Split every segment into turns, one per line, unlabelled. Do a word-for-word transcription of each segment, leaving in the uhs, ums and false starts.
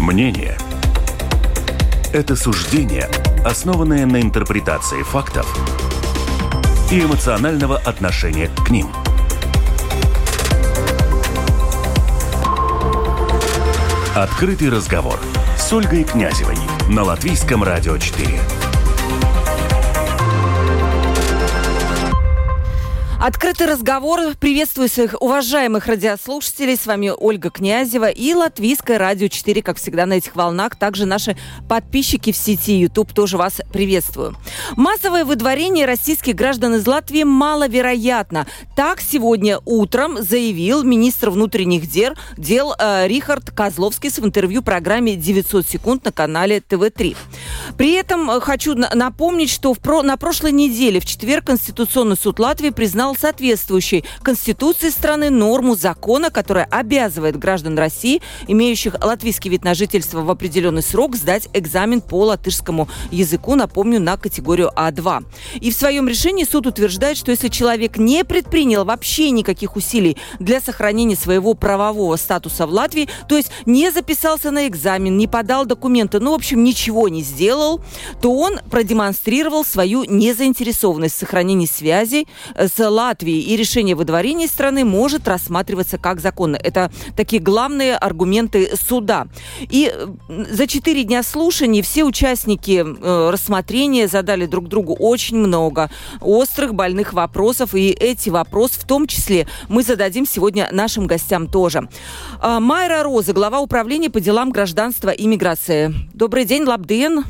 Мнение – это суждение, основанное на интерпретации фактов и эмоционального отношения к ним. Открытый разговор с Ольгой Князевой на Латвийском радио четыре.
Открытый разговор. Приветствую своих уважаемых радиослушателей. С вами Ольга Князева и Латвийское радио четыре, как всегда, на этих волнах. Также наши подписчики в сети YouTube тоже вас приветствую. Массовое выдворение российских граждан из Латвии маловероятно. Так сегодня утром заявил министр внутренних дел, дел э, Рихард Козловский в интервью программе девятьсот секунд на канале тэ вэ три. При этом хочу напомнить, что в про, на прошлой неделе, в четверг, Конституционный суд Латвии признал соответствующей Конституции страны норму закона, которая обязывает граждан России, имеющих латвийский вид на жительство, в определенный срок сдать экзамен по латышскому языку, напомню, на категорию а два. И в своем решении суд утверждает, что если человек не предпринял вообще никаких усилий для сохранения своего правового статуса в Латвии, то есть не записался на экзамен, не подал документы, ну, в общем, ничего не сделал, то он продемонстрировал свою незаинтересованность в сохранении связей с Латвии, и решение выдворения страны может рассматриваться как законно. Это такие главные аргументы суда. И за четыре дня слушаний все участники э, рассмотрения задали друг другу очень много острых, больных вопросов, и эти вопросы в том числе мы зададим сегодня нашим гостям тоже. Э, Майра Роза, глава управления по делам гражданства и миграции. Добрый день, лабден.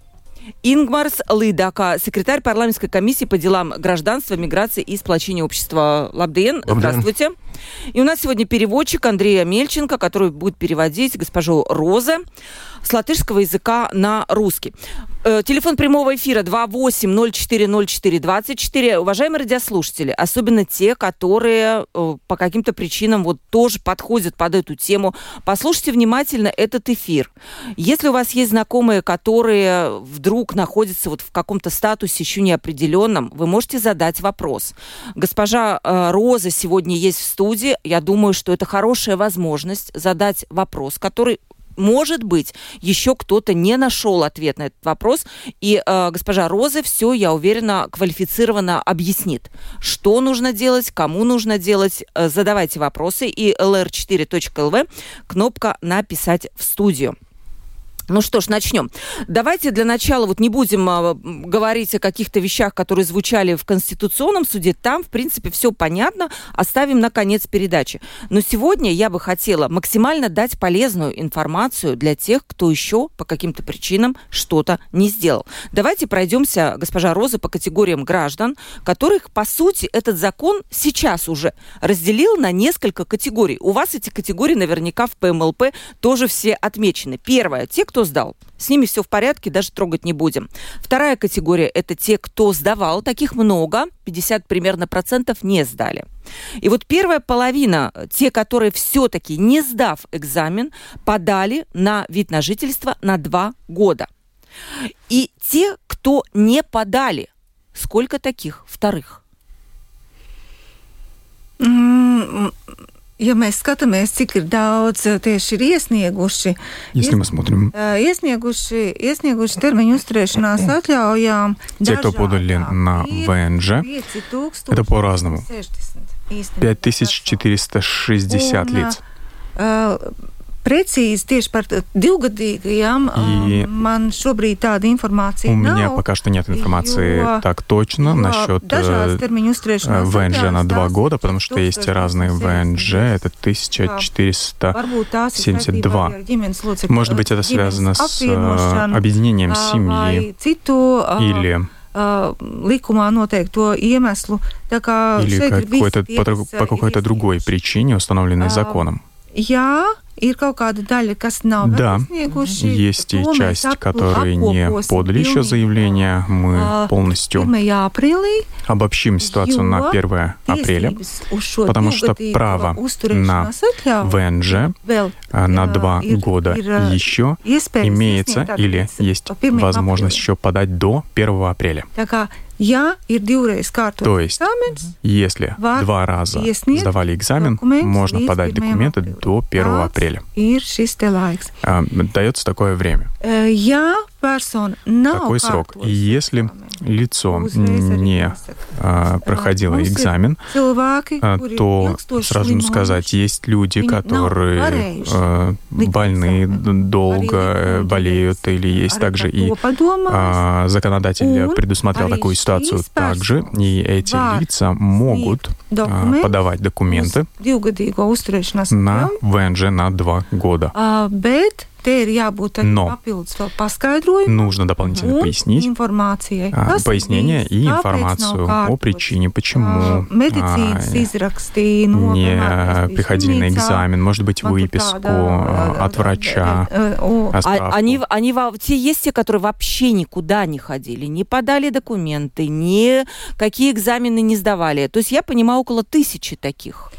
Ингмарс Лыдака, секретарь парламентской комиссии по делам гражданства, миграции и сплочения общества. Лабден, здравствуйте. И у нас сегодня переводчик Андрей Амельченко, который будет переводить госпожу Розе с латышского языка на русский. Э, телефон прямого эфира два восемь ноль четыре ноль четыре двадцать четыре. Уважаемые радиослушатели, особенно те, которые э, по каким-то причинам вот тоже подходят под эту тему, послушайте внимательно этот эфир. Если у вас есть знакомые, которые вдруг находятся вот в каком-то статусе еще неопределенном, вы можете задать вопрос. Госпожа э, Роза сегодня есть в студии. Я думаю, что это хорошая возможность задать вопрос, который, может быть, еще кто-то не нашел ответ на этот вопрос, и э, госпожа Роза все, я уверена, квалифицированно объяснит, что нужно делать, кому нужно делать. Э, задавайте вопросы, и эл эр четыре точка эл ви, кнопка «Написать в студию». Ну что ж, начнем. Давайте для начала вот не будем а, говорить о каких-то вещах, которые звучали в Конституционном суде. Там, в принципе, все понятно. Оставим на конец передачи. Но сегодня я бы хотела максимально дать полезную информацию для тех, кто еще по каким-то причинам что-то не сделал. Давайте пройдемся, госпожа Роза, по категориям граждан, которых, по сути, этот закон сейчас уже разделил на несколько категорий. У вас эти категории наверняка в пэ эм эл пэ тоже все отмечены. Первое, те, кто сдал. С ними все в порядке, даже трогать не будем. Вторая категория – это те, кто сдавал. Таких много, пятьдесят примерно процентов не сдали. И вот первая половина, те, которые все-таки, не сдав экзамен, подали на вид на жительство на два года. И те, кто не подали, сколько таких вторых?
Ja mēs skatāmies, cik ir daudz tieši ir iesnieguši,
Если мы смотрим,
iesnieguši, iesnieguši termiņu uzturēšanās atļaujām,
те, кто подали на вэ эн жэ, это по-разному. пять тысяч четыреста шестьдесят лиц.
Precīzi tieši par divgadīgajām man šobrīd tāda информация.
У меня пока что нет информации так точно насчет вэ эн жэ на два года, потому что есть разные вэ эн жэ, это тысяча четыреста семьдесят два. Может быть, это связано с объединением семьи или
likumā noteikto iemeslu.
Или какой-то, по, по какой-то другой причине, установленной законом.
Jā, ir kaut kāda daļa, kas nav
Да, есть и часть, которые не подали еще заявление. Мы полностью обобщим ситуацию на первое апреля, потому что право на вэ эн жэ на два года еще имеется или есть возможность еще подать до первого апреля. То есть, если два раза сдавали экзамен, можно подать документы до первого апреля. недели. Дается такое время. Такой срок. И если лицо не а, проходило экзамен, а, то сразу нужно сказать, есть люди, которые а, больны, долго болеют, или есть также и а, законодатель предусмотрел такую ситуацию также, и эти лица могут а, подавать документы на ВНЖ на два года. Но нужно дополнительно пояснить а, пояснение и информацию о причине, почему а, не приходили на экзамен, может быть, выписку а, от врача.
А, они, они те есть те, которые вообще никуда не ходили, не подали документы, никакие экзамены не сдавали. То есть я понимаю, около тысячи таких.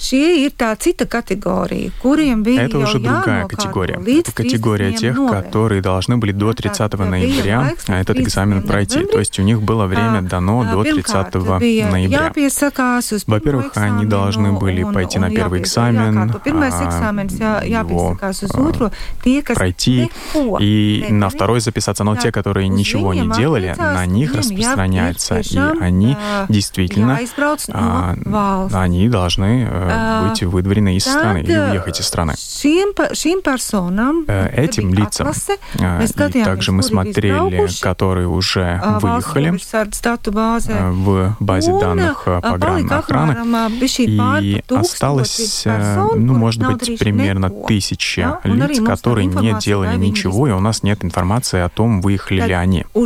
Это уже другая категория. Это категория тех, которые должны были до тридцатого ноября этот экзамен пройти. То есть у них было время дано до тридцатого ноября. Во-первых, они должны были пойти на первый экзамен, его пройти и на второй записаться. Но те, которые ничего не делали, на них распространяется. И они действительно, они должны быть выдворены из страны или уехать из страны. Этим лицам, и также мы смотрели, которые уже выехали в базе данных пограничной охраны, и осталось, ну, может быть, примерно тысяча лиц, которые не делали ничего, и у нас нет информации о том, выехали ли они. На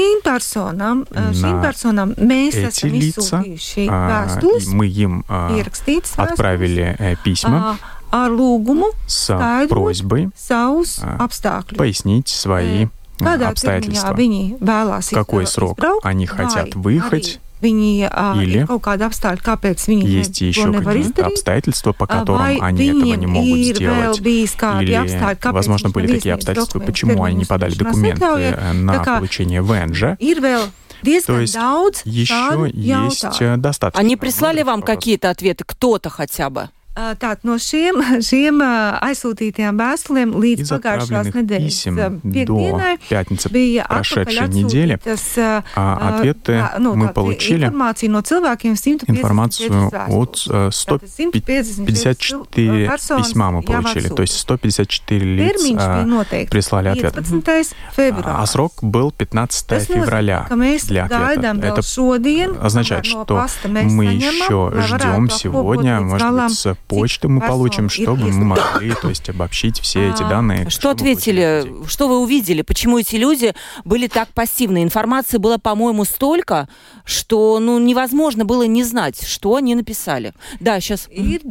эти лица мы им отправили письма с просьбой пояснить свои обстоятельства. Какой срок они хотят выехать, или есть еще какие-то обстоятельства, по которым они этого не могут сделать, или, возможно, были такие обстоятельства, почему они не подали документы на получение ВНЖ. То есть еще есть достаточно.
Они прислали вам какие-то ответы, кто-то хотя бы?
Tātad no šiem, šiem aizsūtītajām vēstulēm līdz pagājušās nedēļas piekdienai bija atpakaļ atsūtītas
ответы
ну,
мы получили
информацию no cilvēkiem
информацию от сто пятьдесят четыре письма мы получили, то есть сто пятьдесят четыре лица прислали ответ. А срок был пятнадцатого февраля для ответа. Это означает, что мы еще ждем сегодня, может быть, с почты мы получим, чтобы мы могли, то есть, обобщить все эти данные.
Что ответили? Что вы увидели? Почему эти люди были так пассивны? Информации было, по-моему, столько, что ну, невозможно было не знать, что они написали. Да, сейчас...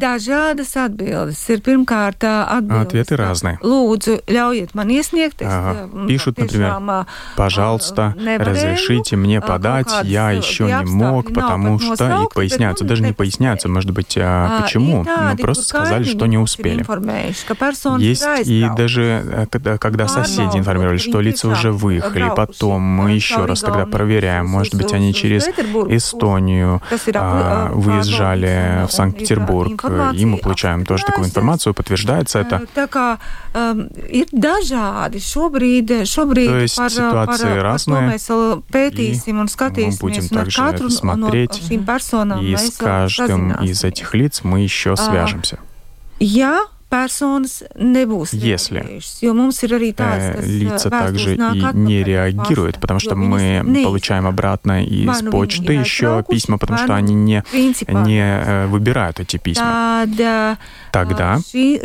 Ответы разные. Пишут, например, «Пожалуйста, разрешите мне подать, я еще не мог, потому что...» И поясняются, даже не поясняются, может быть, почему. Мы просто сказали, что не успели. Есть и даже, когда, когда соседи информировали, что лица уже выехали, потом мы еще раз тогда проверяем, может быть, они через Эстонию а, выезжали в Санкт-Петербург, и мы получаем тоже такую информацию, подтверждается это. То есть ситуации разные, и мы будем также это смотреть, и с каждым из этих лиц мы еще свяжемся.
Я Если
э, лица также и не реагируют, потому что мы получаем обратно из почты еще письма, потому что они не, не э, выбирают эти письма. Тогда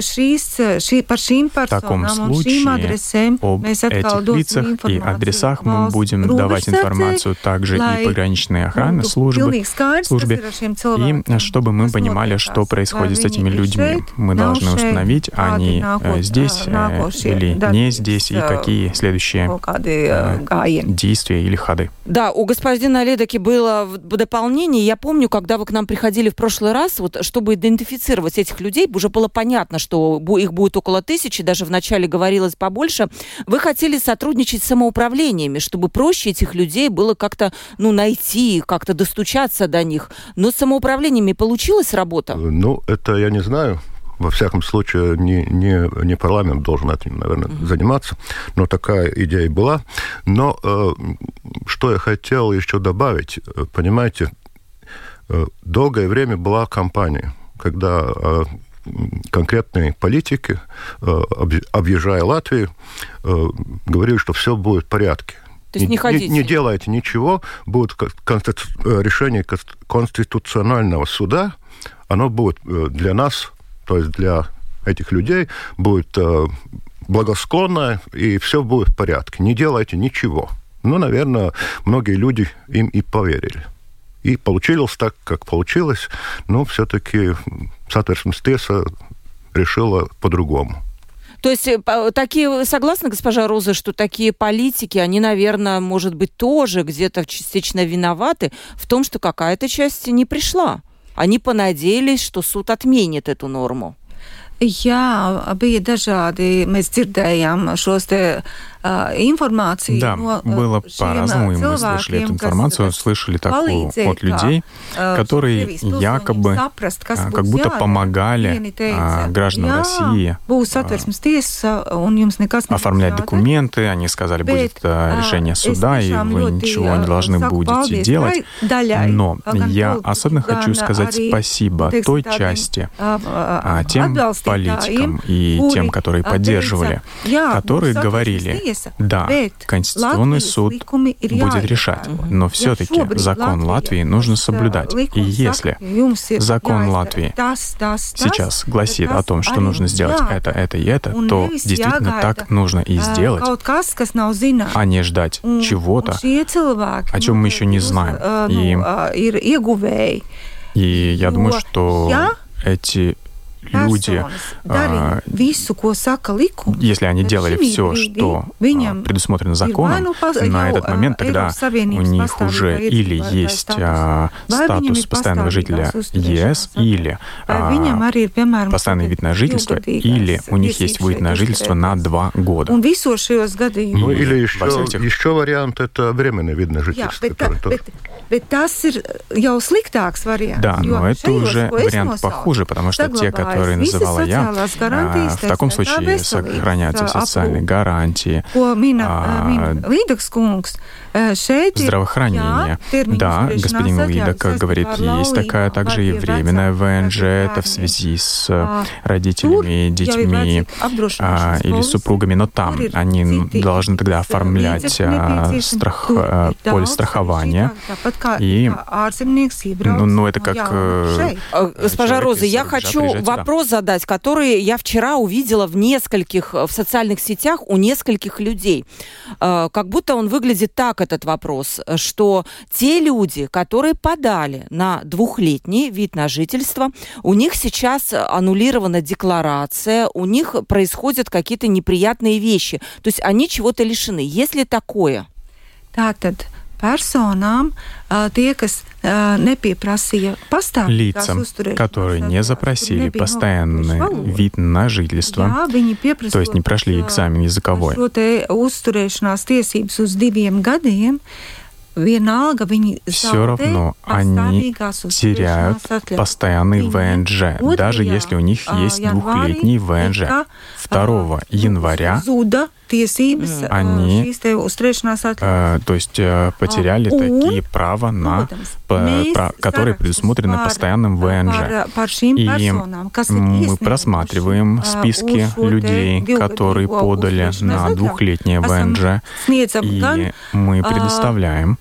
в таком случае об этих лицах и адресах мы будем давать информацию также и пограничной охранной службе, службе, и чтобы мы понимали, что происходит с этими людьми. Мы должны установить, они здесь или не здесь, и какие следующие действия или ходы.
Да, у господина Ледаки было в дополнение. Я помню, когда вы к нам приходили в прошлый раз, вот, чтобы идентифицировать этих людей, уже было понятно, что их будет около тысячи, даже вначале говорилось побольше. Вы хотели сотрудничать с самоуправлениями, чтобы проще этих людей было как-то ну, найти, как-то достучаться до них. Но с самоуправлениями получилась работа?
Ну, это я не знаю. во всяком случае, не, не, не парламент должен этим, наверное, mm-hmm. заниматься, но такая идея была. Но э, что я хотел еще добавить, понимаете, э, долгое время была кампания, когда э, конкретные политики, э, объезжая Латвию, э, говорили, что все будет в порядке.
То есть не, не,
не, не делайте ничего, будет конститу... решение Конституционального суда, оно будет для нас, то есть для этих людей, будет благосклонное, и все будет в порядке. Не делайте ничего. Ну, наверное, многие люди им и поверили. И получилось так, как получилось, но все-таки Satversmes tiesa решила по-другому.
То есть такие, вы согласны, госпожа Роза, что такие политики, они, наверное, может быть, тоже где-то частично виноваты в том, что какая-то часть не пришла? Они понадеялись, что суд отменит эту норму.
Jā, bija dažādi, mēs dzirdējām šos te uh, информацию.
Да,
но,
было по-разному, и мы слышали эту информацию, слышали такую от людей, которые якобы как будто помогали гражданам России оформлять документы, они сказали, будет решение суда, и вы ничего не должны будете делать. Но я особенно хочу сказать спасибо той части, тем политикам и тем, которые поддерживали, которые говорили, да, Конституционный суд будет решать, но все-таки закон Латвии нужно соблюдать. И если закон Латвии сейчас гласит о том, что нужно сделать это, это и это, то действительно так нужно и сделать, а не ждать чего-то, о чем мы еще не знаем. И, и я думаю, что эти люди, а, если они делали все, что а, предусмотрено законом, на этот момент тогда у них уже или есть а, статус постоянного жителя ЕС, или а, постоянный вид на жительство, или у них есть вид на жительство на два года.
Ну, или еще, еще вариант — это временный вид на жительство.
Да,
но это уже вариант похуже, потому что те, которые называла я, в таком случае сохраняются социальные гарантии, здравоохранение. Да, господин Лидок говорит, есть такая также и временная ВНЖ, это в связи с родителями, детьми или супругами, но там они должны тогда оформлять страх, полис страхования. И, ну, ну, это как...
Госпожа Роза, я хочу вопрос задать, который я вчера увидела в нескольких, в социальных сетях у нескольких людей. Как будто он выглядит так, этот вопрос, что те люди, которые подали на двухлетний вид на жительство, у них сейчас аннулирована декларация, у них происходят какие-то неприятные вещи. То есть они чего-то лишены. Есть ли такое?
Tātad personām, tie, kas nepieprasīja
лицам, которые не запросили постоянный вид на жительство, то есть не прошли экзамен языковой, все равно они теряют постоянный ВНЖ, даже если у них есть двухлетний ВНЖ. второго января они, э, то есть, э, потеряли такие права, на, по, про, которые предусмотрены постоянным ВНЖ. И мы просматриваем списки людей, которые подали на двухлетнее ВНЖ, и мы предоставляем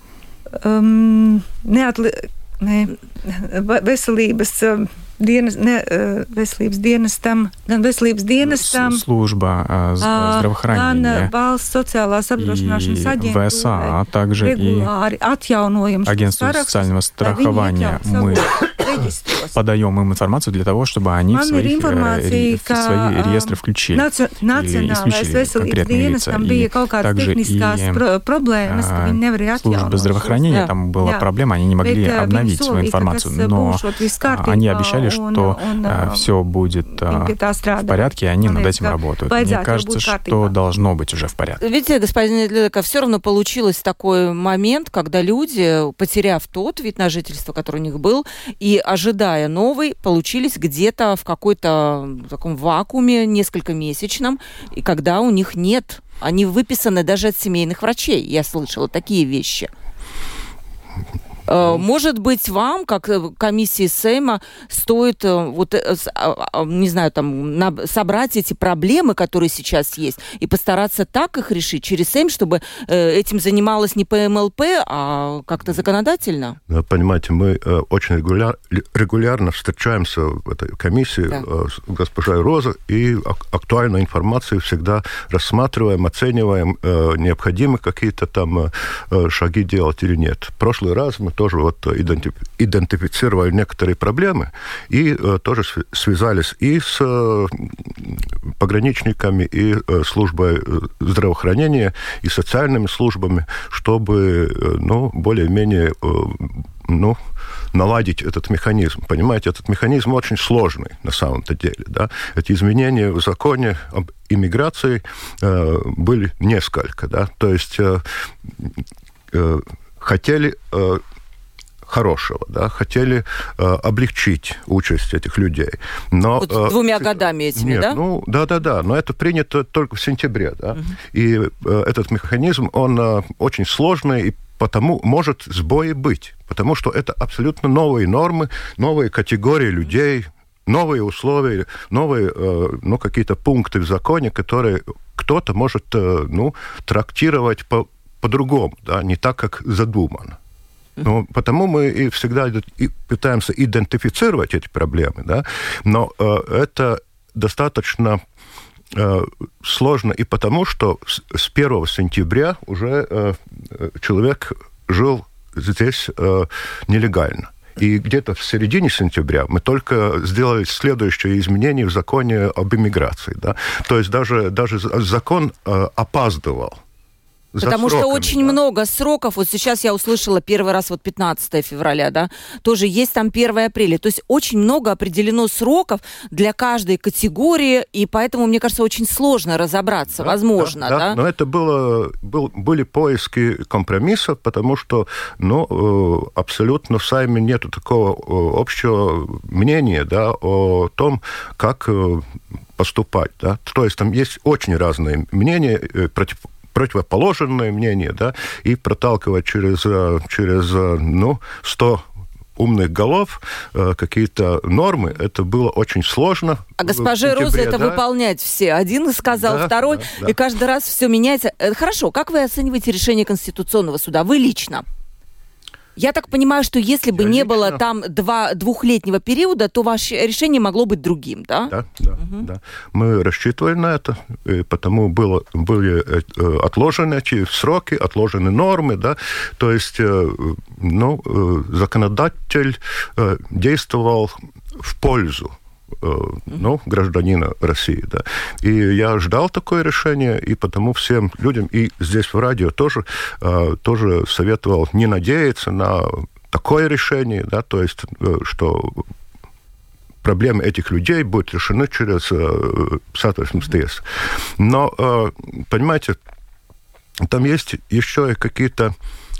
Dienas, ne, veselības dienestam, gan veselības dienestam,
служба э, здравоохранения,
gan valsts sociālās apdrošināšanas
aģentūrai, а также и агентство социального страхования. Мы подаем им информацию для того, чтобы они в свои, в свои реестры включили или исключили конкретные лица. И также и э, служба здравоохранения, там была проблема, они не могли обновить свою информацию, но они обещали, что э, все будет э, в порядке, и они над этим работают. Мне кажется, что должно быть уже в порядке.
Видите, господин Лидок, все равно получилось такой момент, когда люди, потеряв тот вид на жительство, который у них был, и ожидая новый, получились где-то в какой-то таком вакууме несколькомесячном, и когда у них нет, они выписаны даже от семейных врачей. Я слышала такие вещи. Может быть, вам, как комиссии Сейма, стоит вот, не знаю, там, собрать эти проблемы, которые сейчас есть, и постараться так их решить через Сейм, чтобы этим занималась не Пэ Эм Эл Пэ, а как-то законодательно?
Понимаете, мы очень регуляр, регулярно встречаемся в этой комиссии да. с госпожой Розой, и актуальную информацию всегда рассматриваем, оцениваем, необходимы какие-то там шаги делать или нет. В прошлый раз мы тоже вот идентифицировали некоторые проблемы и э, тоже связались и с э, пограничниками, и э, службой здравоохранения, и социальными службами, чтобы э, ну, более-менее э, ну, наладить этот механизм. Понимаете, этот механизм очень сложный на самом-то деле. Да? Эти изменения в законе об иммиграции э, были несколько. Да? То есть э, э, хотели... Э, хорошего, да, хотели э, облегчить участь этих людей. Но,
вот э, двумя годами этими,
нет,
да?
Ну, да-да-да, но это принято только в сентябре, да. Uh-huh. И э, этот механизм, он э, очень сложный, и потому может сбои быть, потому что это абсолютно новые нормы, новые категории людей, новые условия, новые, э, ну, какие-то пункты в законе, которые кто-то может, э, ну, трактировать по- по-другому, да, не так, как задумано. Ну, потому мы и всегда и пытаемся идентифицировать эти проблемы, да, но э, это достаточно э, сложно и потому, что с, с первого сентября уже э, человек жил здесь э, нелегально. И где-то в середине сентября мы только сделали следующее изменение в законе об иммиграции, да, то есть даже, даже закон э, опаздывал.
Потому сроками, что очень да. много сроков. Вот сейчас я услышала первый раз вот пятнадцатое февраля, да, тоже есть там первое апреля. То есть очень много определено сроков для каждой категории, и поэтому, мне кажется, очень сложно разобраться, да, возможно, да, да?
да. Но это было, был, были поиски компромисса, потому что, ну, абсолютно в Сайме нету такого общего мнения, да, о том, как поступать, да. То есть там есть очень разные мнения, против противоположное мнение, да, и проталкивать через, через ну, сто умных голов э, какие-то нормы, это было очень сложно.
А госпоже Розе это да? выполнять все. Один сказал, да, второй, да, да. и каждый раз все меняется. Хорошо, как вы оцениваете решение Конституционного суда? Вы лично? Я так понимаю, что если бы Я не лично... было там два, двухлетнего периода, то ваше решение могло быть другим, да?
Да, да, угу. да. Мы рассчитывали на это, и потому было, были отложены эти сроки, отложены нормы, да, то есть, ну, законодатель действовал в пользу ну, гражданина России, да. И я ждал такое решение, и потому всем людям, и здесь в радио тоже, тоже советовал не надеяться на такое решение, да, то есть, что проблемы этих людей будут решены через соответствующие тесты. Но, понимаете, там есть еще и какие-то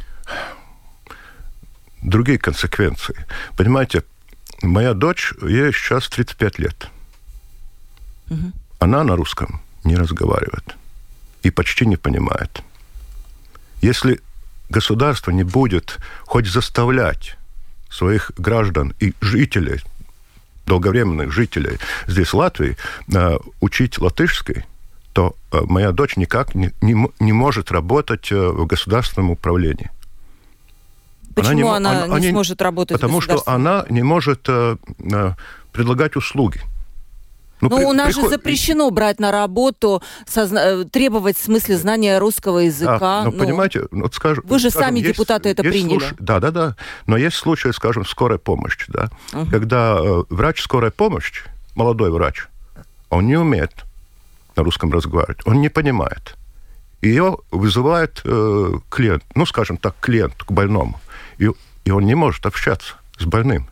другие консеквенции. Понимаете, моя дочь, ей сейчас тридцать пять лет. Угу. Она на русском не разговаривает и почти не понимает. Если государство не будет хоть заставлять своих граждан и жителей, долговременных жителей здесь, в Латвии, учить латышский, то моя дочь никак не, не, не может работать в государственном управлении.
Почему она не,
она,
не сможет работать в
Потому что она не может э, э, предлагать услуги.
Ну, при, у нас приход... же запрещено брать на работу, созна... требовать в смысле знания русского языка.
Да, но, ну, понимаете, вот скажем...
Вы же
скажем,
сами,
есть,
депутаты, это
есть
приняли.
Случай, да, да, да. Но есть случаи, скажем, скорой помощи, да. Uh-huh. Когда э, врач скорой помощи, молодой врач, он не умеет на русском разговаривать, он не понимает. Ее вызывает э, клиент, ну, скажем так, клиент к больному. И, и он не может общаться с больным.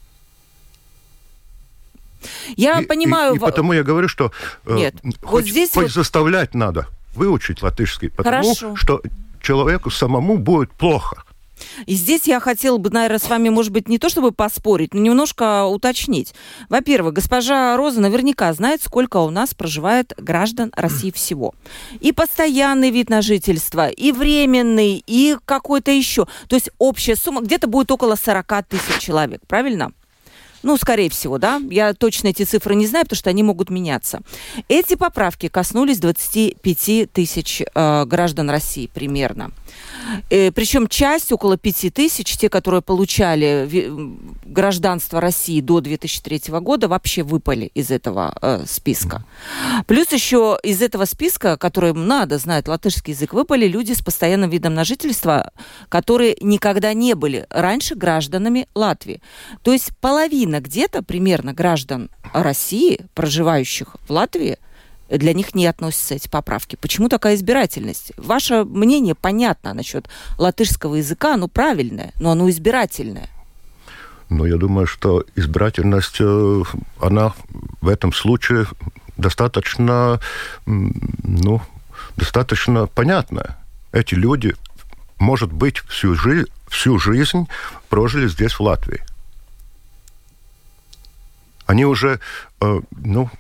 Я
и,
понимаю...
И, и потому я говорю, что
Нет,
э,
вот
хоть,
здесь
хоть
вот...
заставлять надо выучить латышский, потому
Хорошо.
что человеку самому будет плохо.
И здесь я хотела бы, наверное, с вами, может быть, не то чтобы поспорить, но немножко уточнить. Во-первых, госпожа Роза наверняка знает, сколько у нас проживает граждан России всего. И постоянный вид на жительство, и временный, и какой-то еще. То есть общая сумма где-то будет около сорок тысяч человек, правильно? Ну, скорее всего, да. Я точно эти цифры не знаю, потому что они могут меняться. Эти поправки коснулись двадцати пяти тысяч э, граждан России примерно. Э, причем часть, около пяти тысяч, те, которые получали гражданство России до две тысячи третьего года, вообще выпали из этого э, списка. Плюс еще из этого списка, которым надо знать латышский язык, выпали люди с постоянным видом на жительство, которые никогда не были раньше гражданами Латвии. То есть половина где-то примерно граждан России, проживающих в Латвии, для них не относятся эти поправки. Почему такая избирательность? Ваше мнение понятно насчет латышского языка, оно правильное, но оно избирательное.
Ну, я думаю, что избирательность, она в этом случае достаточно, ну, достаточно понятная. Эти люди, может быть, всю жизнь, всю жизнь прожили здесь, в Латвии. Они уже, э, ну,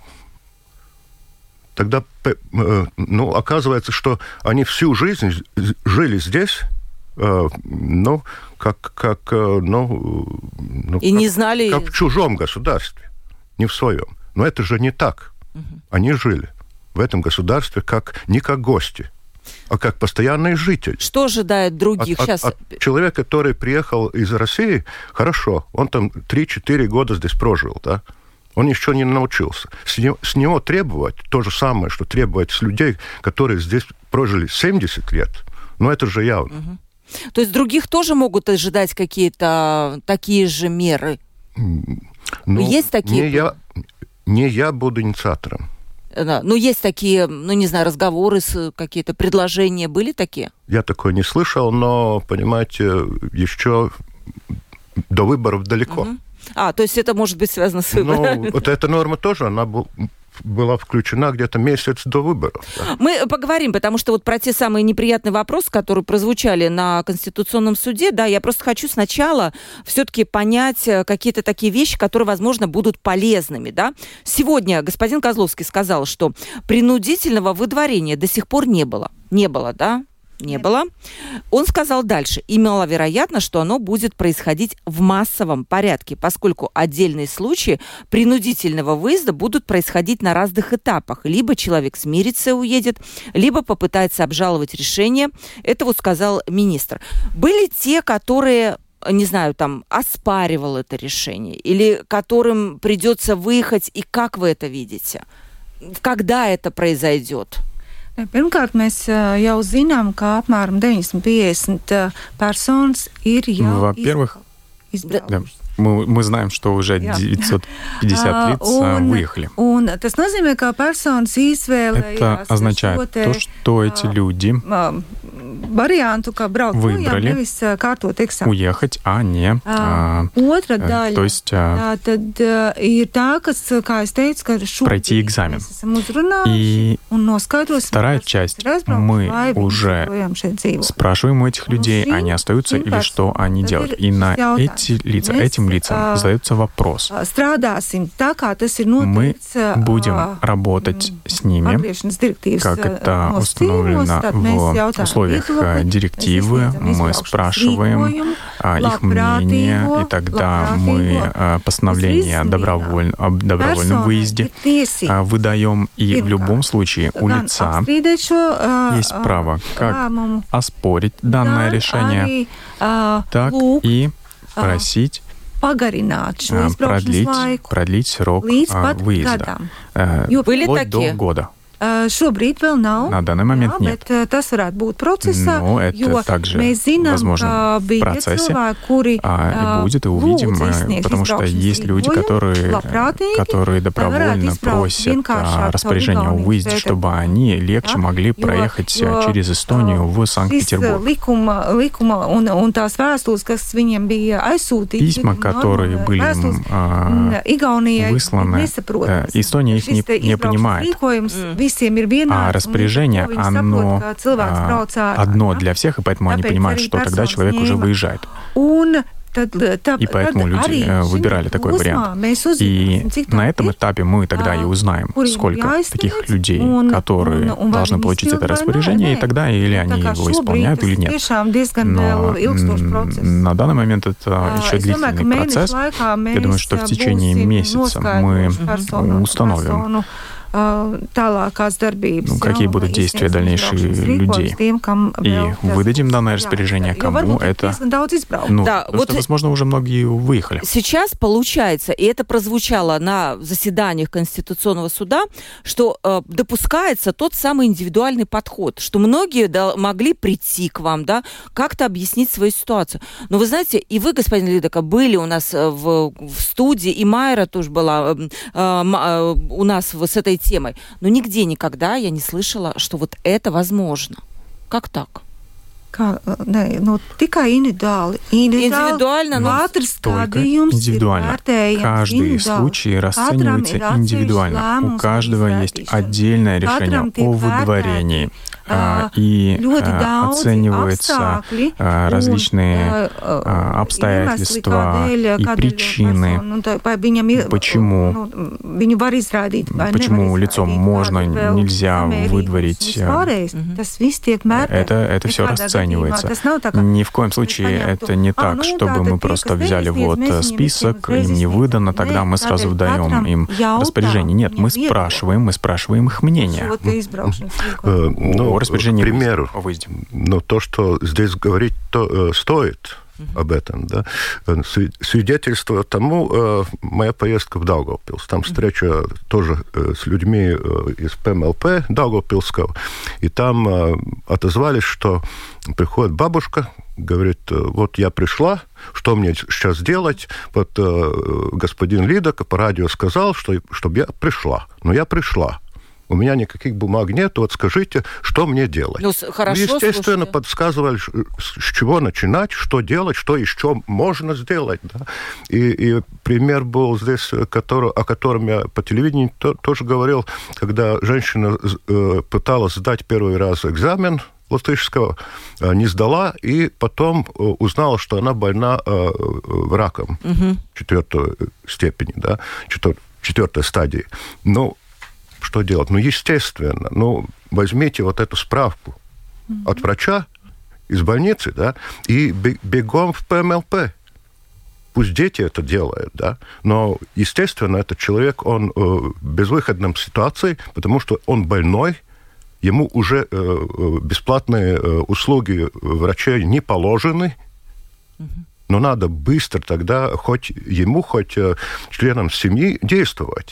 тогда, э, ну, оказывается, что они всю жизнь жили здесь, э, ну, как, как, э, ну, ну,
и
как,
не знали...
как в чужом государстве, не в своем. Но это же не так. Угу. Они жили в этом государстве как, не как гости, а как постоянные жители.
Что ожидает других?
От,
Сейчас...
от, от человека, который приехал из России, хорошо, он там три-четыре года здесь прожил, да? Он еще не научился. С него, с него требовать то же самое, что требовать с людей, которые здесь прожили семьдесят лет, ну это же явно.
Угу. То есть других тоже могут ожидать какие-то такие же меры?
Ну,
есть такие?
Не я, не я буду инициатором.
Да. Ну, есть такие, ну, не знаю, разговоры, какие-то предложения были такие?
Я такое не слышал, но, понимаете, еще до выборов далеко.
Угу. А, то есть это может быть связано с выборами?
Ну, вот эта норма тоже, она была включена где-то месяц до выборов. Да.
Мы поговорим, потому что вот про те самые неприятные вопросы, которые прозвучали на Конституционном суде, да, я просто хочу сначала все-таки понять какие-то такие вещи, которые, возможно, будут полезными, да. Сегодня господин Козловский сказал, что принудительного выдворения до сих пор не было. Не было, да? Не Нет. было. Он сказал дальше, и маловероятно, что оно будет происходить в массовом порядке, поскольку отдельные случаи принудительного выезда будут происходить на разных этапах. Либо человек смирится и уедет, либо попытается обжаловать решение. Это вот сказал министр. Были те, которые, не знаю, там, оспаривал это решение, или которым придется выехать, и как вы это видите? Когда это произойдет?
Pirmkārt, mēs jau zinām, ka apmēram девяносто пятьдесят personas ir jau
Во-первых, да, мы, мы знаем, что уже девятьсот пятьдесят лиц un, выехали.
Un, tas nozīmē, ka personas izvēlējās
Это означает то, что эти люди
варианту, как брать,
выбрали уехать, а не а,
а,
то есть а, пройти экзамен. И вторая часть, мы уже спрашиваем у этих людей, они остаются или что они делают. И на эти лица, этим лицам задается вопрос. Мы будем работать с ними, как это установлено в условиях директивы, мы спрашиваем а, их мнение, и тогда мы а, постановление доброволь... об добровольном выезде а, выдаем, и в любом случае у лица есть право как оспорить данное решение, так и просить продлить, продлить срок а, выезда а, вплоть до года.
Šobrīd vēl nav.
На данный момент
jā,
нет.
Bet tas varētu būt procesā,
Но это
jo
также
mēs zinām,
возможно в процессе,
cilvēki, kuri,
а, будет и увидим, потому что есть люди, которые, которые добровольно просят а, распоряжение о выезде, чтобы они легче могли проехать через Эстонию в Санкт-Петербург. Письма, которые были а, высланы, Эстония их не, не понимает. А распоряжение, оно одно для всех, и поэтому они понимают, что тогда человек уже выезжает. И поэтому люди выбирали такой вариант. И на этом этапе мы тогда и узнаем, сколько таких людей, которые должны получить это распоряжение, и тогда или они его исполняют, или нет. Но на данный момент это еще длительный процесс. Я думаю, что в течение месяца мы установим, ну, какие будут действия дальнейшие людей. И выдадим данное распоряжение, кому это... Ну, да, вот что, возможно, уже многие выехали.
Сейчас получается, и это прозвучало на заседаниях Конституционного суда, что э, допускается тот самый индивидуальный подход, что многие да, могли прийти к вам, да, как-то объяснить свою ситуацию. Но вы знаете, и вы, господин Лидока, были у нас в, в студии, и Майра тоже была э, э, у нас с этой темой. Но нигде никогда я не слышала, что вот это возможно. Как так?
Kā, ne, nu, tikai individuāli.
Индивидуально, но...
Только индивидуально. Каждый случай расценивается индивидуально. У каждого есть отдельное решение о выдворении. И оцениваются различные обстоятельства и причины, почему, почему лицо можно, нельзя выдворить. Это, это все расценивается. Ни в коем случае это не так, чтобы мы просто взяли вот список, им не выдано, тогда мы сразу выдаем им распоряжение. Нет, мы спрашиваем, мы спрашиваем их мнение.
Ну, пример, но то, что здесь говорить, то, э, стоит uh-huh. об этом, да. Свидетельство тому э, моя поездка в Даугавпилс. Там встреча uh-huh. тоже э, с людьми э, из ПМЛП Даугавпилского, и там э, отозвались, что приходит бабушка, говорит, вот я пришла, что мне сейчас делать? Вот э, господин Лидока по радио сказал, что, чтобы я пришла. Но я пришла. У меня никаких бумаг нет, вот скажите, что мне делать?
Ну, хорошо,
естественно,
слушайте.
Подсказывали, с чего начинать, что делать, что еще можно сделать. Да? И, и пример был здесь, который, о котором я по телевидению то, тоже говорил, когда женщина э, пыталась сдать первый раз экзамен латышского, э, не сдала, и потом э, узнала, что она больна э, раком угу. четвертой степени, да? Четвер, четвертой стадии. Ну, что делать? Ну, естественно, ну, возьмите вот эту справку mm-hmm. от врача из больницы, да, и бегом в ПМЛП. Пусть дети это делают, да, но, естественно, этот человек, он э, в безвыходной ситуации, потому что он больной, ему уже э, бесплатные э, услуги врачей не положены, mm-hmm. но надо быстро тогда хоть ему, хоть э, членам семьи действовать.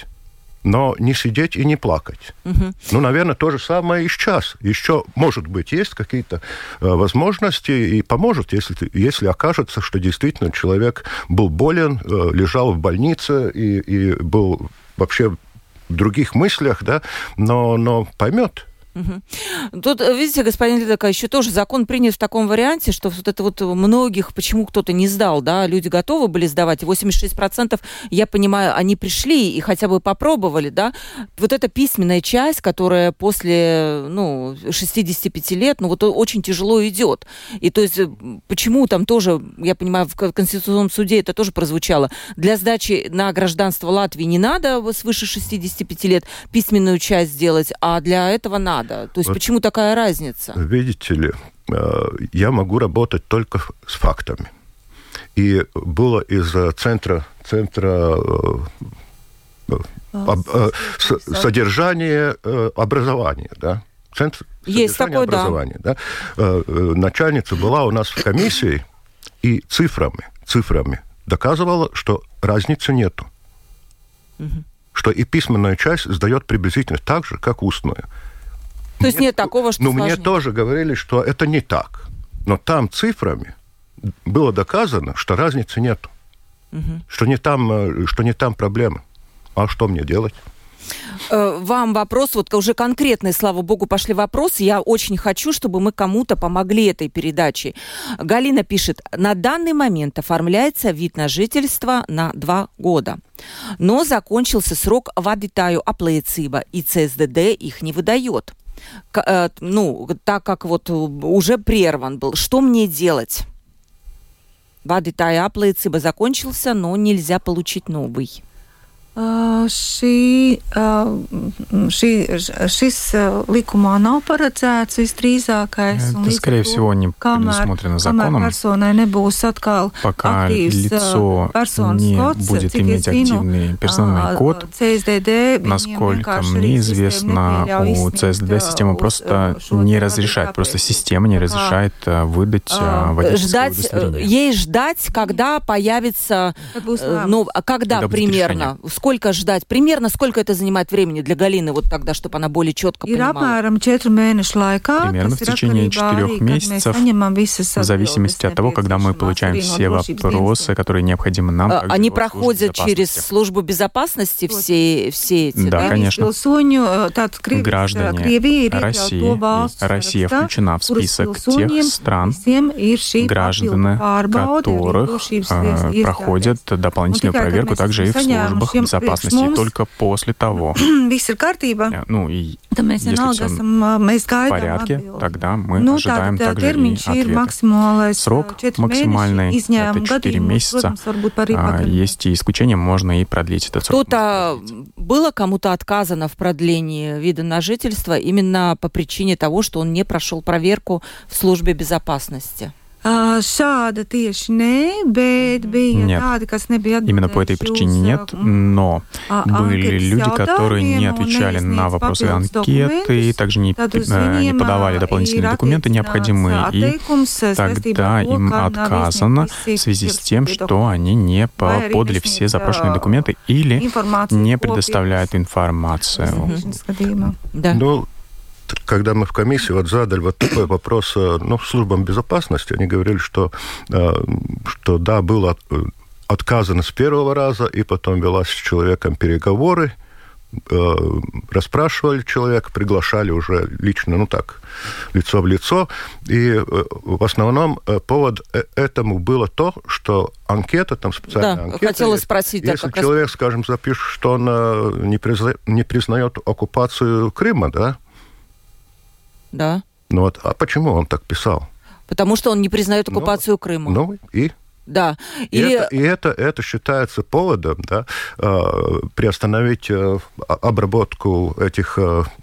Но не сидеть и не плакать. Uh-huh. Ну, наверное, то же самое и сейчас. Еще, может быть, есть какие-то э, возможности, и поможет, если, если окажется, что действительно человек был болен, э, лежал в больнице и, и был вообще в других мыслях, да, но, но поймет.
Угу. Тут, видите, господин Лидока, еще тоже закон принят в таком варианте, что вот это вот многих, почему кто-то не сдал, да, люди готовы были сдавать, и восемьдесят шесть процентов, я понимаю, они пришли и хотя бы попробовали, да, вот эта письменная часть, которая после, ну, шестидесяти пяти лет, ну, вот очень тяжело идет. И то есть, почему там тоже, я понимаю, в Конституционном суде это тоже прозвучало, для сдачи на гражданство Латвии не надо свыше шестидесяти пяти лет письменную часть сделать, а для этого надо. То есть вот, почему такая разница?
Видите ли, я могу работать только с фактами. И было из центра, центра а, с, содержания образования, да? Центр
Есть такое, образования,
да. да? Начальница была у нас в комиссии и цифрами, цифрами доказывала, что разницы нету. Угу. Что и письменная часть сдает приблизительно так же, как устную.
То есть нет такого, что
Ну,
сложнее.
мне тоже говорили, что это не так. Но там цифрами было доказано, что разницы нет. Угу. Что не там, что не там проблема. А что мне делать?
Вам вопрос, вот уже конкретный, слава богу, пошли вопросы. Я очень хочу, чтобы мы кому-то помогли этой передачей. Галина пишет, на данный момент оформляется вид на жительство на два года. Но закончился срок вадитаю аплēcība, и ЦСДД их не выдает. К, ну, так как вот уже прерван был. Что мне делать? Вадитаю аплēcība закончился, но нельзя получить новый.
Uh, šī, uh, šī, šis likumā nav paredzēts visdrīzākais.
Это, скорее всего, не предусмотрено законом. Пока лицо не будет иметь активный персональный код, насколько мне известно, у ЦСДД система просто не разрешает, просто система не разрешает выдать водительское удостоверение.
Ей ждать, когда появится, ну, когда примерно? Сколько ждать? Примерно сколько это занимает времени для Галины, вот тогда, чтобы она более четко понимала?
Примерно в течение четырех месяцев, в зависимости от того, когда мы получаем все вопросы, которые необходимы нам.
Они проходят через службу безопасности все, все эти?
Да, да, конечно. Граждане России, Россия включена в список тех стран, граждане которых э, проходят дополнительную проверку также и в службах безопасности. Только после того, ну и если все в порядке, тогда мы ну, ожидаем да, также и ответа. Срок максимальный – это четыре месяца. А, есть и исключения, можно и продлить этот срок.
Кто-то было кому-то отказано в продлении вида на жительство именно по причине того, что он не прошел проверку в службе безопасности?
Šāda tieši nē, bet bija tādi, kas nebija atbildējuši.
Именно по этой причине нет, но были люди, которые не отвечали на вопросы анкеты, также не, не подавали дополнительные документы необходимые, и тогда им отказано в связи с тем, что они не подали все запрошенные документы или не предоставляют информацию.
Да.
Ну, когда мы в комиссии вот задали вот такой вопрос ну, службам безопасности, они говорили, что, что да, было отказано с первого раза, и потом велась с человеком переговоры, расспрашивали человека, приглашали уже лично, ну так, лицо в лицо. И в основном повод этому было то, что анкета, там специальная
да,
анкета.
Хотела спросить,
если
да,
человек, раз... скажем, запишет, что он не, призна... не признает оккупацию Крыма, да,
Да.
Ну вот, а почему он так писал?
Потому что он не признает оккупацию
ну,
Крыма.
Ну и?
Да.
И, Или... это, и это, это считается поводом, да, приостановить обработку этих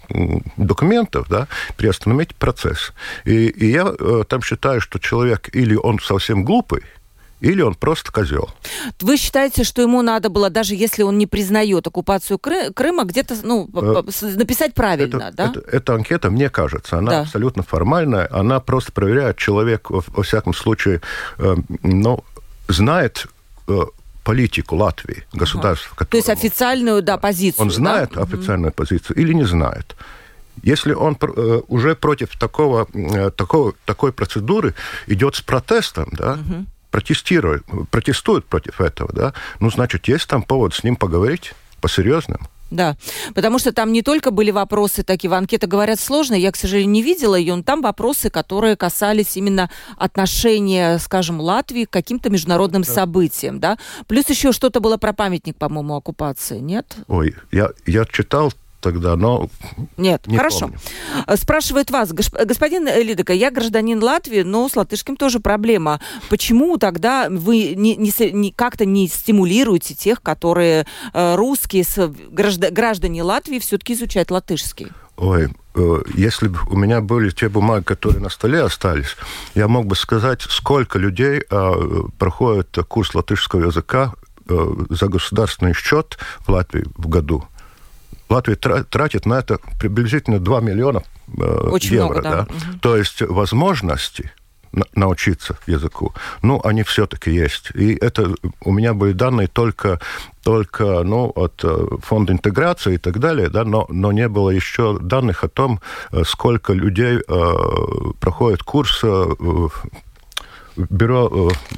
документов, да, приостановить процесс. И, и я там считаю, что человек или он совсем глупый, или он просто козел.
Вы считаете, что ему надо было, даже если он не признает оккупацию Кры- Крыма, где-то ну, э, написать правильно,
это,
да?
Это, эта анкета, мне кажется, она да. абсолютно формальная, она просто проверяет, человек, во, во всяком случае, э, ну, знает э, политику Латвии, государства, ага.
То есть официальную, да, позицию.
Он знает да? официальную угу. позицию или не знает. Если он э, уже против такого, э, такого, такой процедуры идет с протестом, да, угу. протестирует, протестует против этого, да, ну, значит, есть там повод с ним поговорить по-серьезному.
Да, потому что там не только были вопросы такие, в анкете говорят сложные, я, к сожалению, не видела ее, но там вопросы, которые касались именно отношения, скажем, Латвии к каким-то международным да. событиям, да. Плюс еще что-то было про памятник, по-моему, оккупации, нет?
Ой, я, я читал тогда, но
Нет,
не
хорошо.
помню.
Спрашивает вас, господин Лидека, я гражданин Латвии, но с латышским тоже проблема. Почему тогда вы не, не, не, как-то не стимулируете тех, которые э, русские, граждан, граждане Латвии, все-таки изучают латышский?
Ой, э, если бы у меня были те бумаги, которые на столе остались, я мог бы сказать, сколько людей э, проходит курс латышского языка э, за государственный счет в Латвии в году. Латвия тратит на это приблизительно два миллиона э, евро. Много, да. Да? Угу. То есть возможности на- научиться языку, ну, они все-таки есть. И это у меня были данные только, только ну, от фонда интеграции и так далее, да, но, но не было еще данных о том, сколько людей э, проходит курс э, в бюро... Э,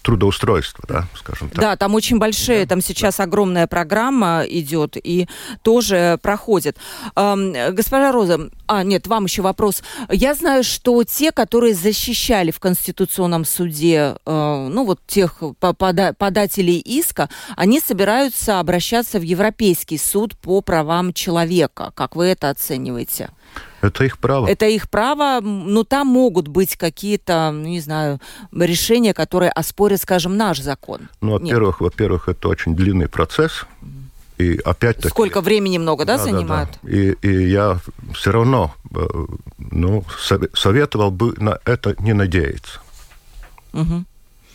трудоустройства, да, скажем так.
Да, там очень большие, да, там сейчас да. огромная программа идет и тоже проходит. Эм, госпожа Роза, а, нет, вам еще вопрос. Я знаю, что те, которые защищали в Конституционном суде, э, ну, вот тех пода- подателей иска, они собираются обращаться в Европейский суд по правам человека. Как вы это оцениваете?
Это их право.
Это их право, но там могут быть какие-то, не знаю, решения, которые оспорят, скажем, наш закон.
Ну, во-первых, Нет. во-первых, это очень длинный процесс. И опять-таки...
Сколько времени много, да,
да
занимает?
Да, да. И, и я все равно ну, советовал бы на это не надеяться.
Угу.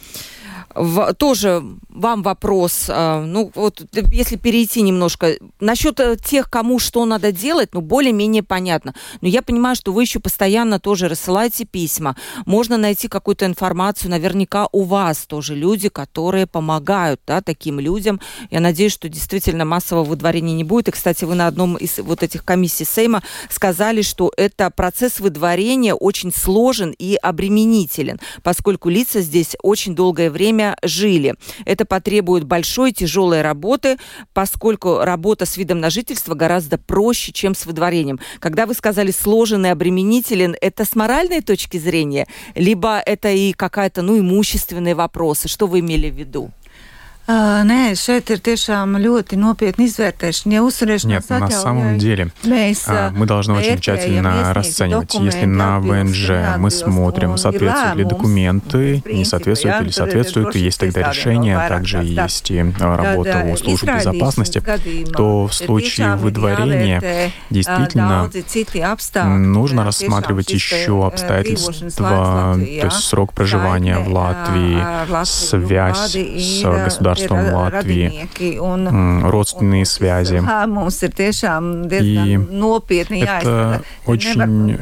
В, тоже вам вопрос, э, ну вот если перейти немножко, насчет тех, кому что надо делать, ну более-менее понятно. Но я понимаю, что вы еще постоянно тоже рассылаете письма, можно найти какую-то информацию, наверняка у вас тоже люди, которые помогают, да, таким людям. Я надеюсь, что действительно массового выдворения не будет. И, кстати, вы на одном из вот этих комиссий Сейма сказали, что это процесс выдворения очень сложен и обременителен, поскольку лица здесь очень долгое время жили. Это потребует большой тяжелой работы, поскольку работа с видом на жительство гораздо проще, чем с выдворением. Когда вы сказали сложен и обременителен, это с моральной точки зрения, либо это и какая-то, ну, имущественные вопросы? Что вы имели в виду?
Nē, šeit ir tiešām ļoti nopietni izvērtēšana. Ja uzturēšanās
Нет, на самом деле мы, мы должны очень тщательно расценивать. Если на ВНЖ мы смотрим, соответствуют ли документы, не соответствуют или соответствуют, и есть тогда решение, а также есть и работа у служб безопасности, то в случае выдворения действительно нужно рассматривать еще обстоятельства, то есть срок проживания в Латвии, связь с государством Латвии, родственные связи. И это очень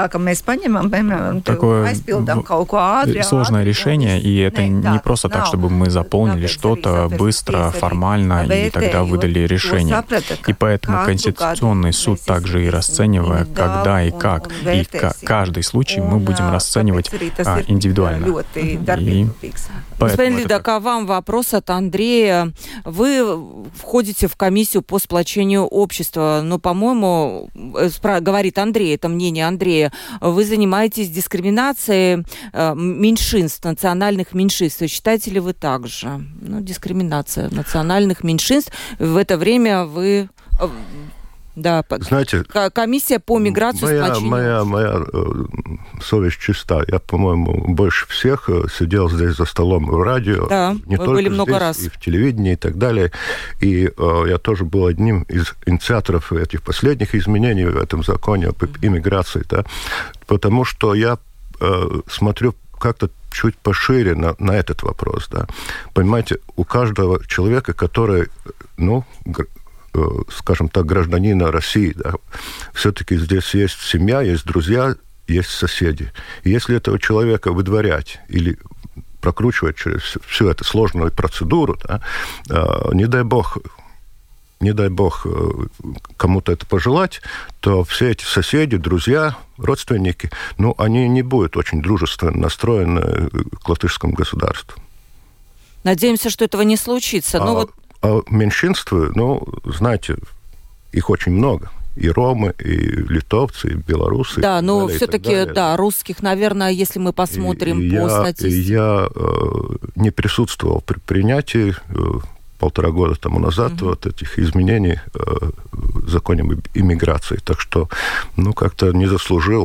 такое сложное решение, и это не просто так, чтобы мы заполнили что-то быстро, формально, и тогда выдали решение. И поэтому Конституционный суд также и расценивая, когда и как, и каждый случай мы будем расценивать а, индивидуально. И
Господин Лидак, а вам вопрос от Андрея. Вы входите в комиссию по сплочению общества, но, по-моему, говорит Андрей, это мнение Андрея, вы занимаетесь дискриминацией меньшинств, национальных меньшинств. Считаете ли вы так же? Ну, дискриминация национальных меньшинств. В это время вы... Да,
знаете,
комиссия по миграции.
Моя, моя, моя совесть чиста. Я, по-моему, больше всех сидел здесь за столом в радио,
да,
не только
были много
здесь,
раз.
И в телевидении и так далее. И э, я тоже был одним из инициаторов этих последних изменений в этом законе об иммиграции, да, потому что я э, смотрю как-то чуть пошире на, на этот вопрос. Да. Понимаете, у каждого человека, который, ну, скажем так, гражданина России, да, все-таки здесь есть семья, есть друзья, есть соседи. И если этого человека выдворять или прокручивать через всю эту сложную процедуру, да, не дай бог, не дай бог кому-то это пожелать, то все эти соседи, друзья, родственники, ну, они не будут очень дружественно настроены к латышскому государству.
Надеемся, что этого не случится.
А,
Но вот...
а меньшинства, ну, знаете, их очень много. И ромы, и литовцы, и белорусы.
Да,
и
но
далее,
все-таки, да, русских, наверное, если мы посмотрим
и,
по
я,
статистике.
Я э, не присутствовал при принятии э, полтора года тому назад mm-hmm. вот этих изменений э, в законе об иммиграции. Так что, ну, как-то не заслужил.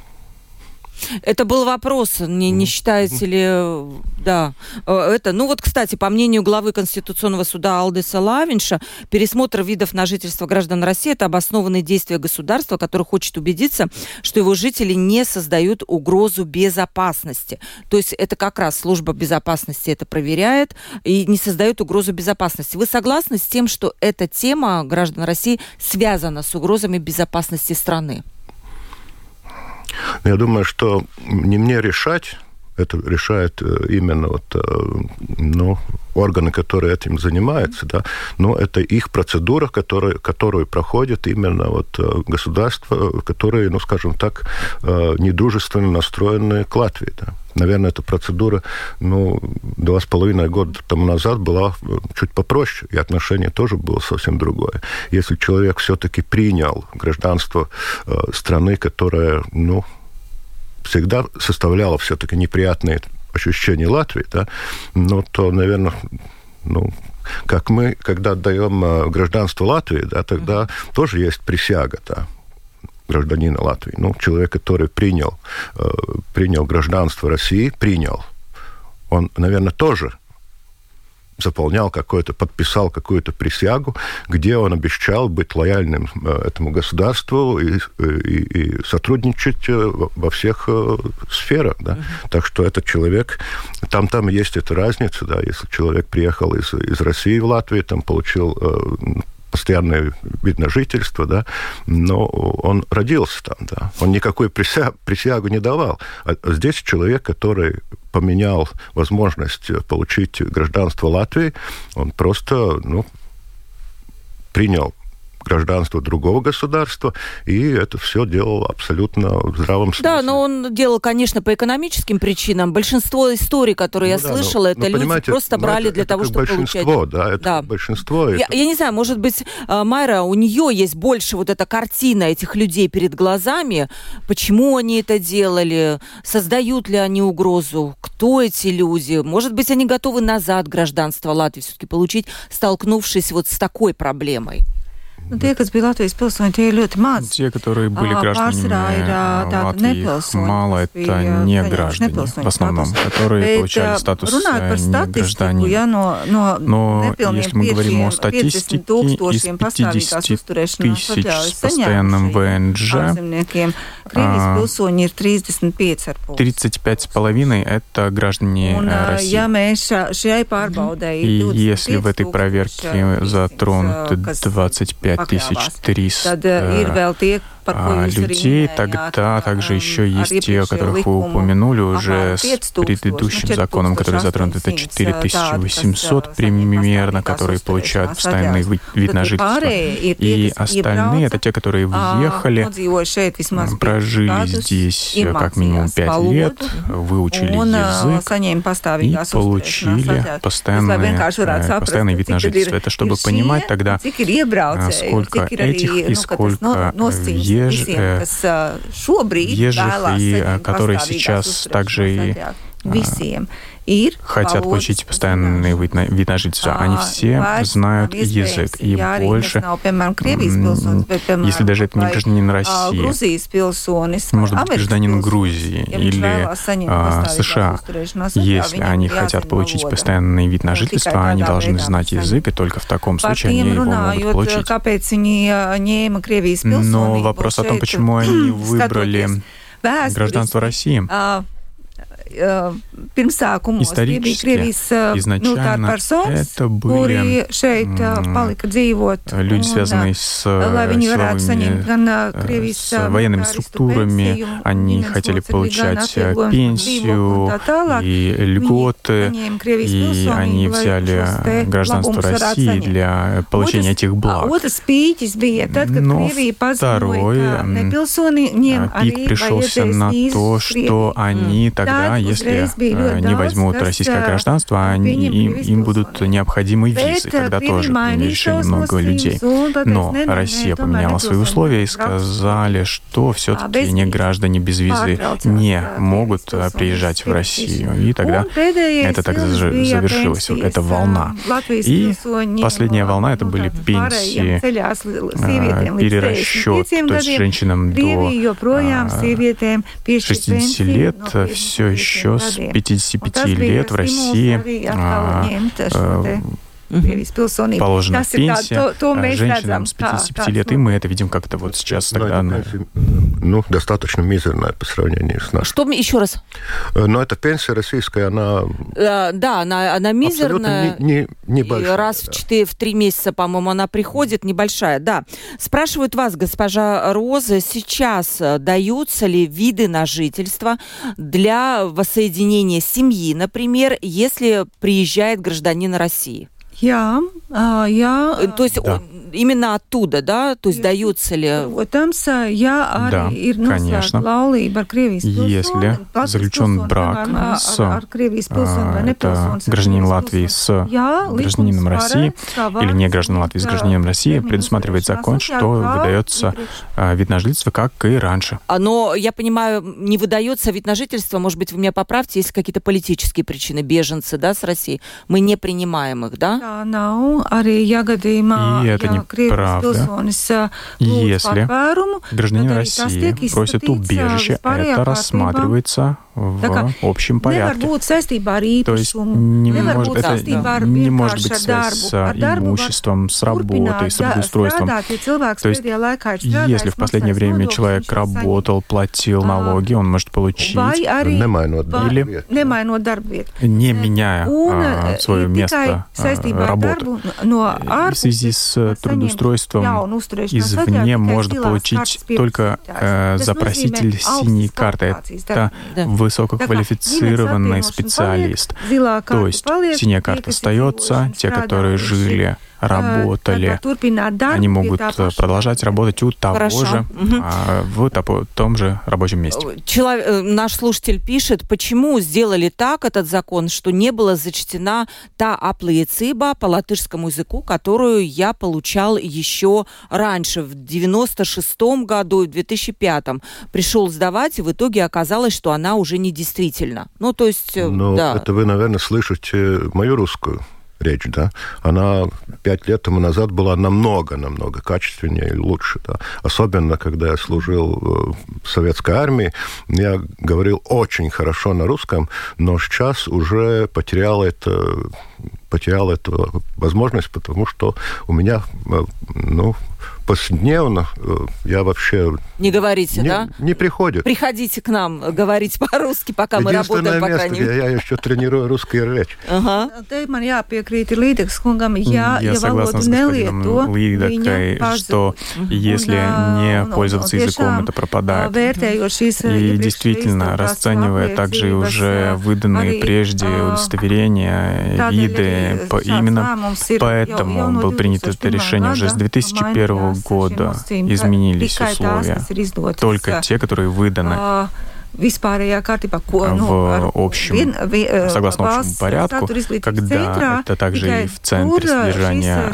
Это был вопрос, не, не считаете ли, да, это, ну вот, кстати, по мнению главы Конституционного суда Алдиса Лавинша, пересмотр видов на жительство граждан России – это обоснованные действия государства, которое хочет убедиться, что его жители не создают угрозу безопасности. То есть это как раз служба безопасности это проверяет и не создает угрозу безопасности. Вы согласны с тем, что эта тема граждан России связана с угрозами безопасности страны?
Я думаю, что не мне решать, это решает именно вот, ну, органы, которые этим занимаются, да, но это их процедура, которая, которую проходит именно вот государства, которые, ну, скажем так, недружественно настроены к Латвии, да. Наверное, эта процедура, ну, два с половиной года тому назад была чуть попроще, и отношение тоже было совсем другое. Если человек все-таки принял гражданство э, страны, которая, ну, всегда составляла все-таки неприятные ощущения Латвии, да, ну, то, наверное, ну, как мы, когда отдаем гражданство Латвии, да, тогда mm-hmm. тоже есть присяга, да, гражданина Латвии. Ну, человек, который принял, э, принял гражданство России, принял. Он, наверное, тоже заполнял какое-то, подписал какую-то присягу, где он обещал быть лояльным э, этому государству и, и, и сотрудничать э, во всех э, сферах. Да? Uh-huh. Так что этот человек, там, там есть эта разница, да, если человек приехал из, из России в Латвию, там получил э, постоянное вид на жительство, да, но он родился там, да, он никакой присягу, присягу не давал. А здесь человек, который поменял возможность получить гражданство Латвии, он просто, ну, принял гражданство другого государства, и это все делал абсолютно в здравом смысле.
Да, но он делал, конечно, по экономическим причинам. Большинство историй, которые ну, я да, слышала, но, это но, люди просто брали для
это
того, чтобы
большинство,
получать...
Да, это да. большинство.
Я,
это...
я не знаю, может быть, Майра, у нее есть больше вот эта картина этих людей перед глазами. Почему они это делали? Создают ли они угрозу? Кто эти люди? Может быть, они готовы назад гражданство Латвии все-таки получить, столкнувшись вот с такой проблемой?
Ну, те, kas bija Latvijas pilsoņi, tie ir ļoti maz.
Те, которые были гражданами Латвии, мало, это не граждане, в основном, которые получали статус не гражданина. Но если мы говорим о статистике, из пятидесяти тысяч с постоянным ВНЖ, тридцать пять с половиной это граждане России. И если в этой проверке затронуты двадцать пять тысяч триста людей, тогда также еще есть те, о которых вы упомянули уже с предыдущим законом, который затронут, это четыре тысячи восемьсот примерно, которые получают постоянный вид на жительство. И остальные, это те, которые въехали, прожили здесь как минимум пять лет, выучили язык и получили постоянный, постоянный вид на жительство. Это чтобы понимать тогда, сколько этих и сколько въехали Еж, ежих, и которые сейчас также и хотят получить постоянный вид на, вид на жительство. Они все знают язык. И больше, если даже это не гражданин России, может быть, гражданин Грузии или а, США, если они хотят получить постоянный вид на жительство, они должны знать язык, и только в таком случае они его могут получить. Но вопрос о том, почему они выбрали гражданство России, исторически, изначально это были люди, связанные с силовыми, с военными структурами, они хотели получать пенсию и льготы, и они взяли гражданство России для получения этих благ. Но второй пик пришелся на то, что они тогда, если не возьмут российское гражданство, они, им, им будут необходимы визы. Тогда тоже приняли решение много людей. Но Россия поменяла свои условия и сказали, что все-таки не граждане без визы не могут приезжать в Россию. И тогда это так завершилось, эта волна. И последняя волна, это были пенсии, перерасчет, то есть женщинам до шестидесяти лет все еще с пятидесяти пяти лет в России а, а, положена пенсия женщинам с пятидесяти пяти лет, и мы это видим как-то вот сейчас тогда.
Да, ну, достаточно мизерная по сравнению с нашей.
Что еще раз?
Но эта пенсия российская, она...
А, да, она, она мизерная.
Абсолютно не, не, небольшая.
Раз
да.
в четыре, в три месяца, по-моему, она приходит, небольшая, да. Спрашивают вас, госпожа Роза, сейчас даются ли виды на жительство для воссоединения семьи, например, если приезжает гражданин России?
Я, я...
То есть да. именно оттуда, да? То есть
я,
даются ли...
я
да, конечно. Если заключен брак с это гражданин Латвии с гражданином России или не гражданин Латвии с гражданином России, предусматривает закон, что выдается вид на жительство, как и раньше.
Но, я понимаю, не выдается вид на жительство, может быть, вы меня поправьте, есть какие-то политические причины, беженцы, да, с России. Мы не принимаем их, да?
И это неправда. Если гражданин России просит убежище, это рассматривается в общем порядке. То есть не может, это не может быть связь с имуществом, с работой, с трудоустройством. То есть если в последнее время человек работал, платил налоги, он может получить или не меняя а, свое место а, работы. В связи с трудоустройством извне можно получить только э, запроситель синей карты. Это высококвалифицированный специалист. То есть синяя карта остается, те, которые жили, работали, они могут продолжать работать у того
Хорошо.
же, угу. а, в том же рабочем месте.
Человек, наш слушатель пишет, почему сделали так, этот закон, что не была зачтена та аплиецība по латышскому языку, которую я получал еще раньше, в девяносто шестом году и в две тысячи пятом. Пришел сдавать, и в итоге оказалось, что она уже недействительна. Ну, то есть,
ну,
да.
Это вы, наверное, слышите мою русскую речь, да, она пять лет тому назад была намного-намного качественнее и лучше, да. Особенно, когда я служил в советской армии, я говорил очень хорошо на русском, но сейчас уже потерял это, потерял эту возможность, потому что у меня, ну, повседневно я вообще...
Не говорите,
не,
да?
Не приходит.
Приходите к нам говорить по-русски, пока мы работаем, по крайней мере.
Я еще тренирую русский речь.
Ага.
Я согласна с господином Līdakой, что если не пользоваться языком, это пропадает. И действительно, расценивая также уже выданные прежде удостоверения, виды, именно поэтому было принято это решение уже с две тысячи первого года. Изменились условия. Только те, которые выданы в общем, согласно общему порядку, когда это также и в центре содержания.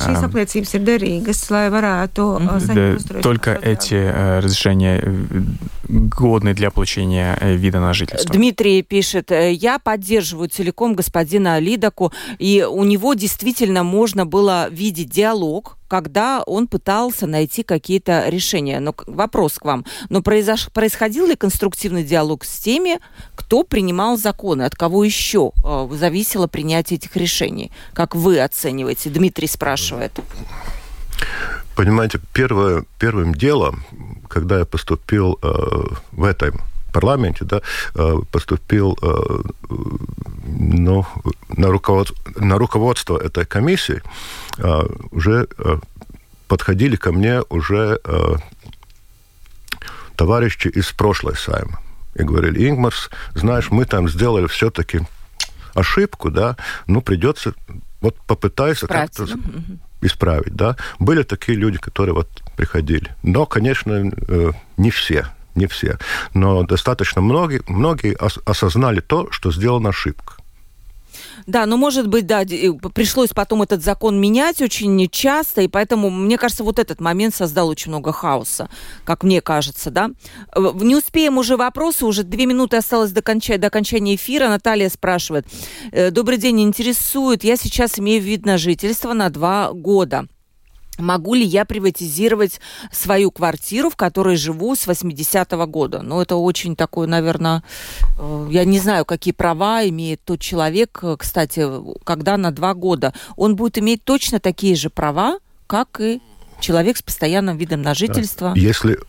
Только эти разрешения годны для получения вида на жительство.
Дмитрий пишет, я поддерживаю целиком господина Līdaku, и у него действительно можно было видеть диалог, когда он пытался найти какие-то решения. Но вопрос к вам. Но произош... происходил ли конструктивный диалог с теми, кто принимал законы? От кого еще э, зависело принятие этих решений? Как вы оцениваете? Дмитрий спрашивает.
Понимаете, первое, первым делом, когда я поступил э, в этом парламенте, да, э, поступил э, ну, на, руковод... на руководство этой комиссии, Uh, уже uh, подходили ко мне уже uh, товарищи из прошлой Саймы и говорили: Ингмарс, знаешь, мы там сделали все-таки ошибку, да, ну, придется, вот попытайся как-то исправить, да. Были такие люди, которые вот приходили. Но, конечно, uh, не все, не все. Но достаточно многие, многие ос- осознали то, что сделана ошибка.
Да, но, может быть, да, пришлось потом этот закон менять очень часто, и поэтому, мне кажется, вот этот момент создал очень много хаоса, как мне кажется, да. Не успеем уже вопросы, уже две минуты осталось до, конча... до окончания эфира. Наталья спрашивает. Добрый день, интересует, я сейчас имею вид на жительство на два года. Могу ли я приватизировать свою квартиру, в которой живу с восьмидесятого года? Ну, это очень такое, наверное, я не знаю, какие права имеет тот человек, кстати, когда на два года. Он будет иметь точно такие же права, как и человек с постоянным видом на жительство.
Если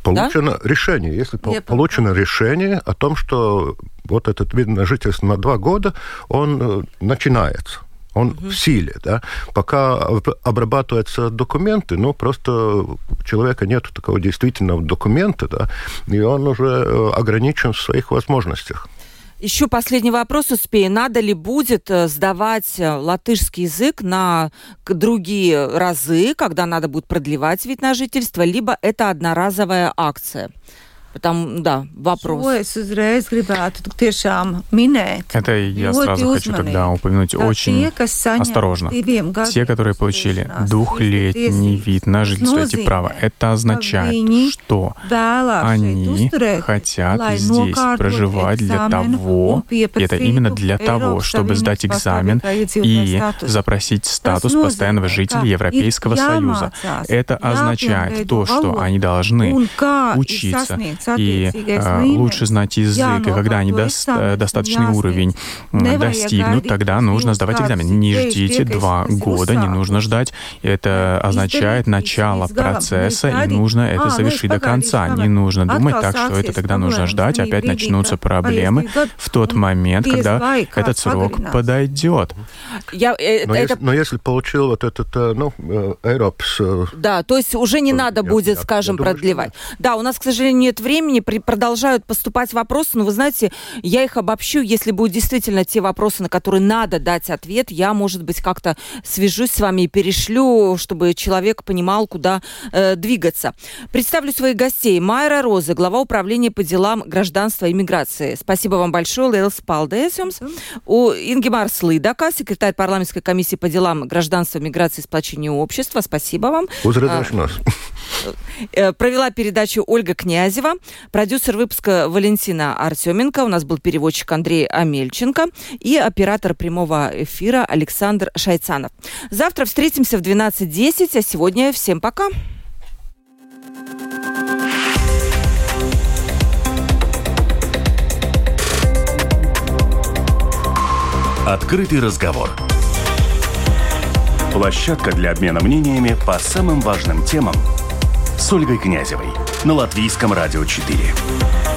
Получено
да?
решение. Если Я получено помню. решение о том, что вот этот вид на жительство на два года, он начинается. Он угу. в силе, да. Пока обрабатываются документы, ну, просто у человека нет такого действительного документа, да, и он уже ограничен в своих возможностях.
Еще последний вопрос успею. Надо ли будет сдавать латышский язык на другие разы, когда надо будет продлевать вид на жительство, либо это одноразовая акция? Там, да, вопрос.
Это я сразу хочу тогда упомянуть очень осторожно. Те, которые получили двухлетний вид на жительство, эти права, это означает, что они хотят здесь проживать для того, и это именно для того, чтобы сдать экзамен и запросить статус постоянного жителя Европейского Союза. Это означает то, что они должны учиться и э, лучше знать язык, и когда они дос, достаточный уровень достигнут, тогда нужно сдавать экзамен. Не ждите два года, не нужно ждать. Это означает начало процесса, и нужно это завершить до конца. Не нужно думать так, что это тогда нужно ждать, опять начнутся проблемы в тот момент, когда этот срок подойдет.
Я, э,
но,
это...
если, но если получил вот этот, ну, Эйропс...
Да, то есть уже не надо я, будет, я, скажем, я думаю, продлевать. Что... Да, у нас, к сожалению, нет времени, при, продолжают поступать вопросы, но вы знаете, я их обобщу, если будут действительно те вопросы, на которые надо дать ответ, я, может быть, как-то свяжусь с вами и перешлю, чтобы человек понимал, куда э, двигаться. Представлю своих гостей. Майра Роза, глава управления по делам гражданства и миграции. Спасибо вам большое, Лейлс Палдесюмс. У Ингемарс Лидака, секретарь парламентской комиссии по делам гражданства, миграции и сплочения общества. Спасибо вам. Провела передачу Ольга Князева, продюсер выпуска Валентина Артеменко, у нас был переводчик Андрей Амельченко и оператор прямого эфира Александр Шайцанов. Завтра встретимся в двенадцать десять, а сегодня всем пока.
Открытый разговор. Площадка для обмена мнениями по самым важным темам с Ольгой Князевой на Латвийском радио четыре.